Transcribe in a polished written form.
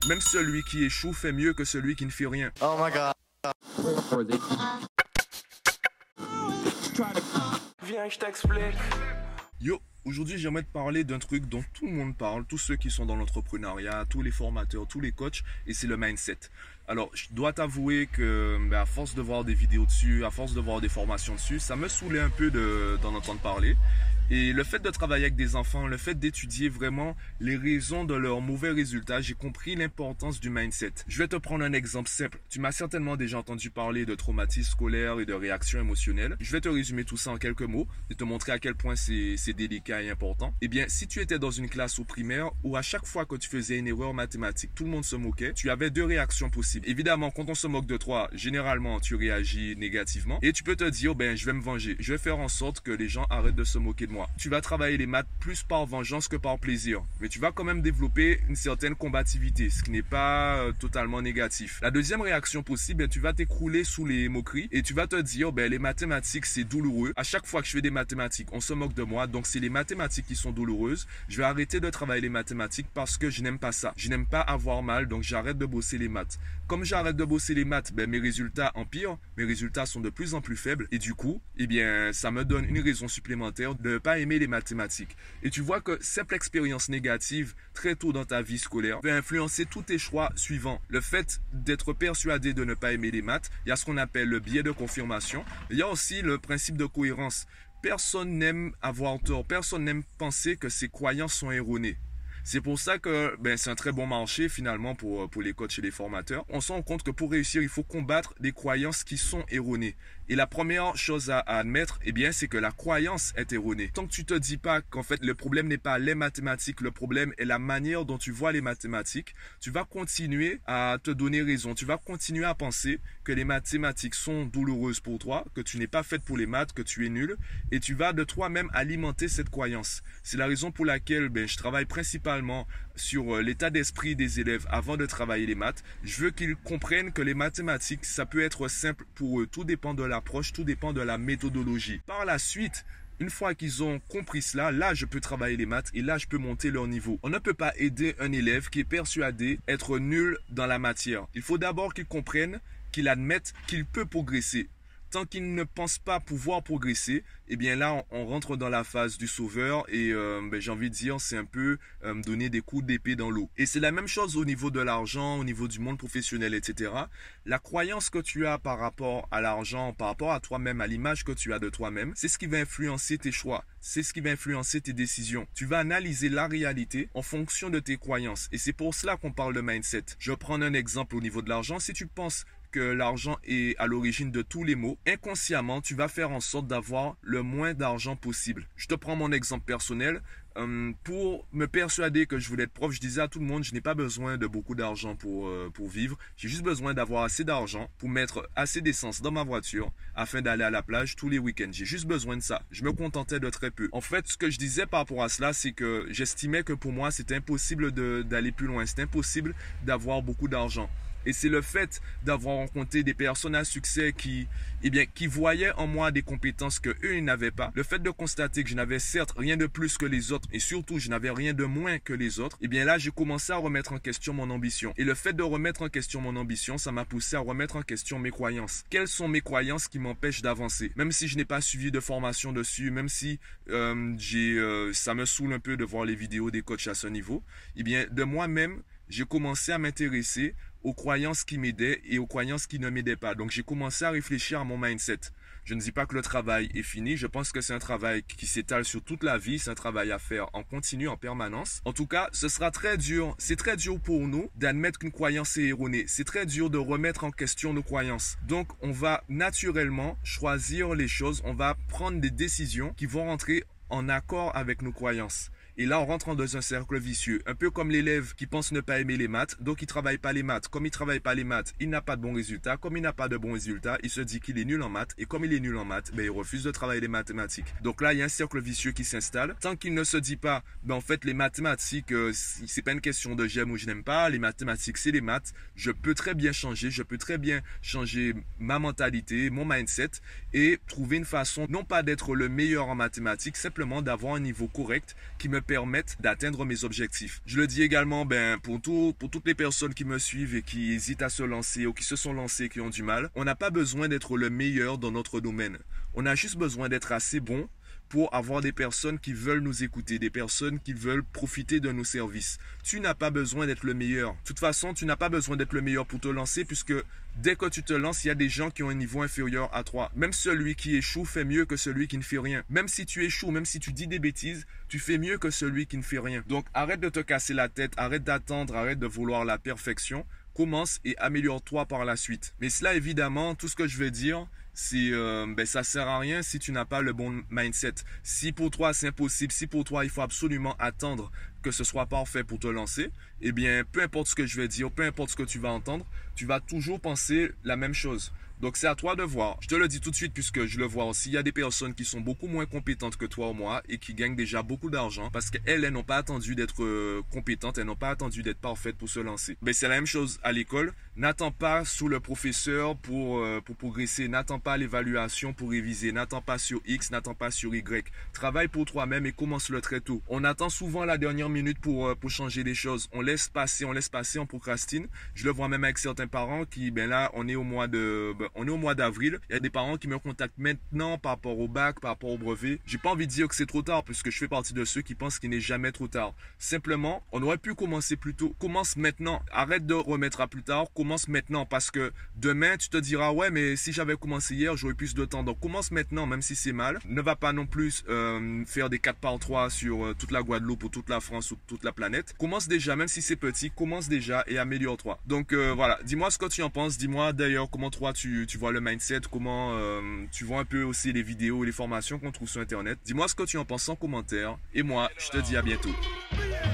Même celui qui échoue fait mieux que celui qui ne fait rien. Oh my god. Viens, je t'explique. Yo, aujourd'hui j'aimerais te parler d'un truc dont tout le monde parle, tous ceux qui sont dans l'entrepreneuriat, tous les formateurs, tous les coachs, et c'est le mindset. Alors, je dois t'avouer que à force de voir des vidéos dessus, à force de voir des formations dessus, ça me saoulait un peu d'en entendre parler. Et le fait de travailler avec des enfants, le fait d'étudier vraiment les raisons de leurs mauvais résultats, j'ai compris l'importance du mindset. Je vais te prendre un exemple simple. Tu m'as certainement déjà entendu parler de traumatisme scolaire et de réaction émotionnelle. Je vais te résumer tout ça en quelques mots et te montrer à quel point c'est délicat et important. Eh bien, si tu étais dans une classe au primaire où à chaque fois que tu faisais une erreur mathématique, tout le monde se moquait, tu avais deux réactions possibles. Évidemment, quand on se moque de toi, généralement, tu réagis négativement et tu peux te dire, je vais me venger. Je vais faire en sorte que les gens arrêtent de se moquer de moi. Tu vas travailler les maths plus par vengeance que par plaisir. Mais tu vas quand même développer une certaine combativité, ce qui n'est pas totalement négatif. La deuxième réaction possible, tu vas t'écrouler sous les moqueries et tu vas te dire, les mathématiques, c'est douloureux. À chaque fois que je fais des mathématiques, on se moque de moi. Donc, c'est les mathématiques qui sont douloureuses. Je vais arrêter de travailler les mathématiques parce que je n'aime pas ça. Je n'aime pas avoir mal, donc j'arrête de bosser les maths. Comme j'arrête de bosser les maths, mes résultats empirent. Mes résultats sont de plus en plus faibles. Et du coup, ça me donne une raison supplémentaire de ne pas aimer les mathématiques. Et tu vois que simple expérience négative très tôt dans ta vie scolaire peut influencer tous tes choix suivants. Le fait d'être persuadé de ne pas aimer les maths, il y a ce qu'on appelle le biais de confirmation. Il y a aussi le principe de cohérence. Personne n'aime avoir tort, personne n'aime penser que ses croyances sont erronées. C'est pour ça que c'est un très bon marché finalement pour les coachs et les formateurs. On se rend compte que pour réussir, il faut combattre des croyances qui sont erronées. Et la première chose à admettre, c'est que la croyance est erronée. Tant que tu te dis pas qu'en fait le problème n'est pas les mathématiques, le problème est la manière dont tu vois les mathématiques, tu vas continuer à te donner raison. Tu vas continuer à penser que les mathématiques sont douloureuses pour toi, que tu n'es pas faite pour les maths, que tu es nul, et tu vas de toi-même alimenter cette croyance. C'est la raison pour laquelle je travaille principalement sur l'état d'esprit des élèves avant de travailler les maths. Je veux qu'ils comprennent que les mathématiques, ça peut être simple pour eux. Tout dépend de l'approche, tout dépend de la méthodologie. Par la suite, une fois qu'ils ont compris cela, là, je peux travailler les maths et là, je peux monter leur niveau. On ne peut pas aider un élève qui est persuadé être nul dans la matière. Il faut d'abord qu'il comprenne, qu'il admette qu'il peut progresser. Tant qu'il ne pense pas pouvoir progresser, là, on rentre dans la phase du sauveur et j'ai envie de dire, c'est un peu donner des coups d'épée dans l'eau. Et c'est la même chose au niveau de l'argent, au niveau du monde professionnel, etc. La croyance que tu as par rapport à l'argent, par rapport à toi-même, à l'image que tu as de toi-même, c'est ce qui va influencer tes choix. C'est ce qui va influencer tes décisions. Tu vas analyser la réalité en fonction de tes croyances. Et c'est pour cela qu'on parle de mindset. Je vais prendre un exemple au niveau de l'argent. Si tu penses que l'argent est à l'origine de tous les maux, inconsciemment, tu vas faire en sorte d'avoir le moins d'argent possible. Je te prends mon exemple personnel. Pour me persuader que je voulais être prof, je disais à tout le monde, je n'ai pas besoin de beaucoup d'argent pour vivre. J'ai juste besoin d'avoir assez d'argent pour mettre assez d'essence dans ma voiture afin d'aller à la plage tous les week-ends. J'ai juste besoin de ça. Je me contentais de très peu. En fait, ce que je disais par rapport à cela, c'est que j'estimais que pour moi, c'était impossible d'aller plus loin. C'était impossible d'avoir beaucoup d'argent. Et c'est le fait d'avoir rencontré des personnes à succès qui voyaient en moi des compétences que eux ils n'avaient pas. Le fait de constater que je n'avais certes rien de plus que les autres et surtout je n'avais rien de moins que les autres, là j'ai commencé à remettre en question mon ambition. Et le fait de remettre en question mon ambition, ça m'a poussé à remettre en question mes croyances. Quelles sont mes croyances qui m'empêchent d'avancer? Même si je n'ai pas suivi de formation dessus, même si ça me saoule un peu de voir les vidéos des coachs à ce niveau, de moi-même, j'ai commencé à m'intéresser aux croyances qui m'aidaient et aux croyances qui ne m'aidaient pas. Donc, j'ai commencé à réfléchir à mon mindset. Je ne dis pas que le travail est fini. Je pense que c'est un travail qui s'étale sur toute la vie. C'est un travail à faire en continu, en permanence. En tout cas, ce sera très dur. C'est très dur pour nous d'admettre qu'une croyance est erronée. C'est très dur de remettre en question nos croyances. Donc, on va naturellement choisir les choses. On va prendre des décisions qui vont rentrer en accord avec nos croyances. Et là, on rentre dans un cercle vicieux. Un peu comme l'élève qui pense ne pas aimer les maths, donc il ne travaille pas les maths. Comme il ne travaille pas les maths, il n'a pas de bons résultats. Comme il n'a pas de bons résultats, il se dit qu'il est nul en maths. Et comme il est nul en maths, il refuse de travailler les mathématiques. Donc là, il y a un cercle vicieux qui s'installe. Tant qu'il ne se dit pas, en fait, les mathématiques, c'est pas une question de j'aime ou je n'aime pas. Les mathématiques, c'est les maths. Je peux très bien changer. Je peux très bien changer ma mentalité, mon mindset et trouver une façon, non pas d'être le meilleur en mathématiques, simplement d'avoir un niveau correct qui me permettent d'atteindre mes objectifs. Je le dis également pour toutes les personnes qui me suivent et qui hésitent à se lancer ou qui se sont lancées et qui ont du mal. On n'a pas besoin d'être le meilleur dans notre domaine. On a juste besoin d'être assez bon pour avoir des personnes qui veulent nous écouter, des personnes qui veulent profiter de nos services. Tu n'as pas besoin d'être le meilleur. De toute façon, tu n'as pas besoin d'être le meilleur pour te lancer puisque dès que tu te lances, il y a des gens qui ont un niveau inférieur à toi. Même celui qui échoue fait mieux que celui qui ne fait rien. Même si tu échoues, même si tu dis des bêtises, tu fais mieux que celui qui ne fait rien. Donc arrête de te casser la tête, arrête d'attendre, arrête de vouloir la perfection. Commence et améliore-toi par la suite. Mais cela, évidemment, tout ce que je vais dire, c'est ça sert à rien si tu n'as pas le bon mindset. Si pour toi c'est impossible, si pour toi il faut absolument attendre que ce soit parfait pour te lancer, eh bien peu importe ce que je vais dire, peu importe ce que tu vas entendre, tu vas toujours penser la même chose. Donc c'est à toi de voir. Je te le dis tout de suite puisque je le vois aussi. Il y a des personnes qui sont beaucoup moins compétentes que toi ou moi et qui gagnent déjà beaucoup d'argent parce qu'elles n'ont pas attendu d'être compétentes, elles n'ont pas attendu d'être parfaites pour se lancer. Mais c'est la même chose à l'école. N'attends pas sous le professeur pour progresser. N'attends pas l'évaluation pour réviser. N'attends pas sur X, n'attends pas sur Y. Travaille pour toi-même et commence-le très tôt. On attend souvent la dernière minute pour changer les choses. On laisse passer, on procrastine. Je le vois même avec certains parents qui, là, on est au mois d'avril. Il y a des parents qui me contactent maintenant par rapport au bac, par rapport au brevet. J'ai pas envie de dire que c'est trop tard puisque je fais partie de ceux qui pensent qu'il n'est jamais trop tard. Simplement, on aurait pu commencer plus tôt. Commence maintenant. Arrête de remettre à plus tard. Commence maintenant parce que demain, tu te diras, ouais, mais si j'avais commencé hier, j'aurais plus de temps. Donc, commence maintenant, même si c'est mal. Ne va pas non plus faire des 4x3 sur toute la Guadeloupe ou toute la France ou toute la planète. Commence déjà, même si c'est petit, commence déjà et améliore-toi. Donc, voilà. Dis-moi ce que tu en penses. Dis-moi d'ailleurs comment toi, tu vois le mindset, comment tu vois un peu aussi les vidéos et les formations qu'on trouve sur Internet. Dis-moi ce que tu en penses en commentaire. Et moi, je te dis à bientôt.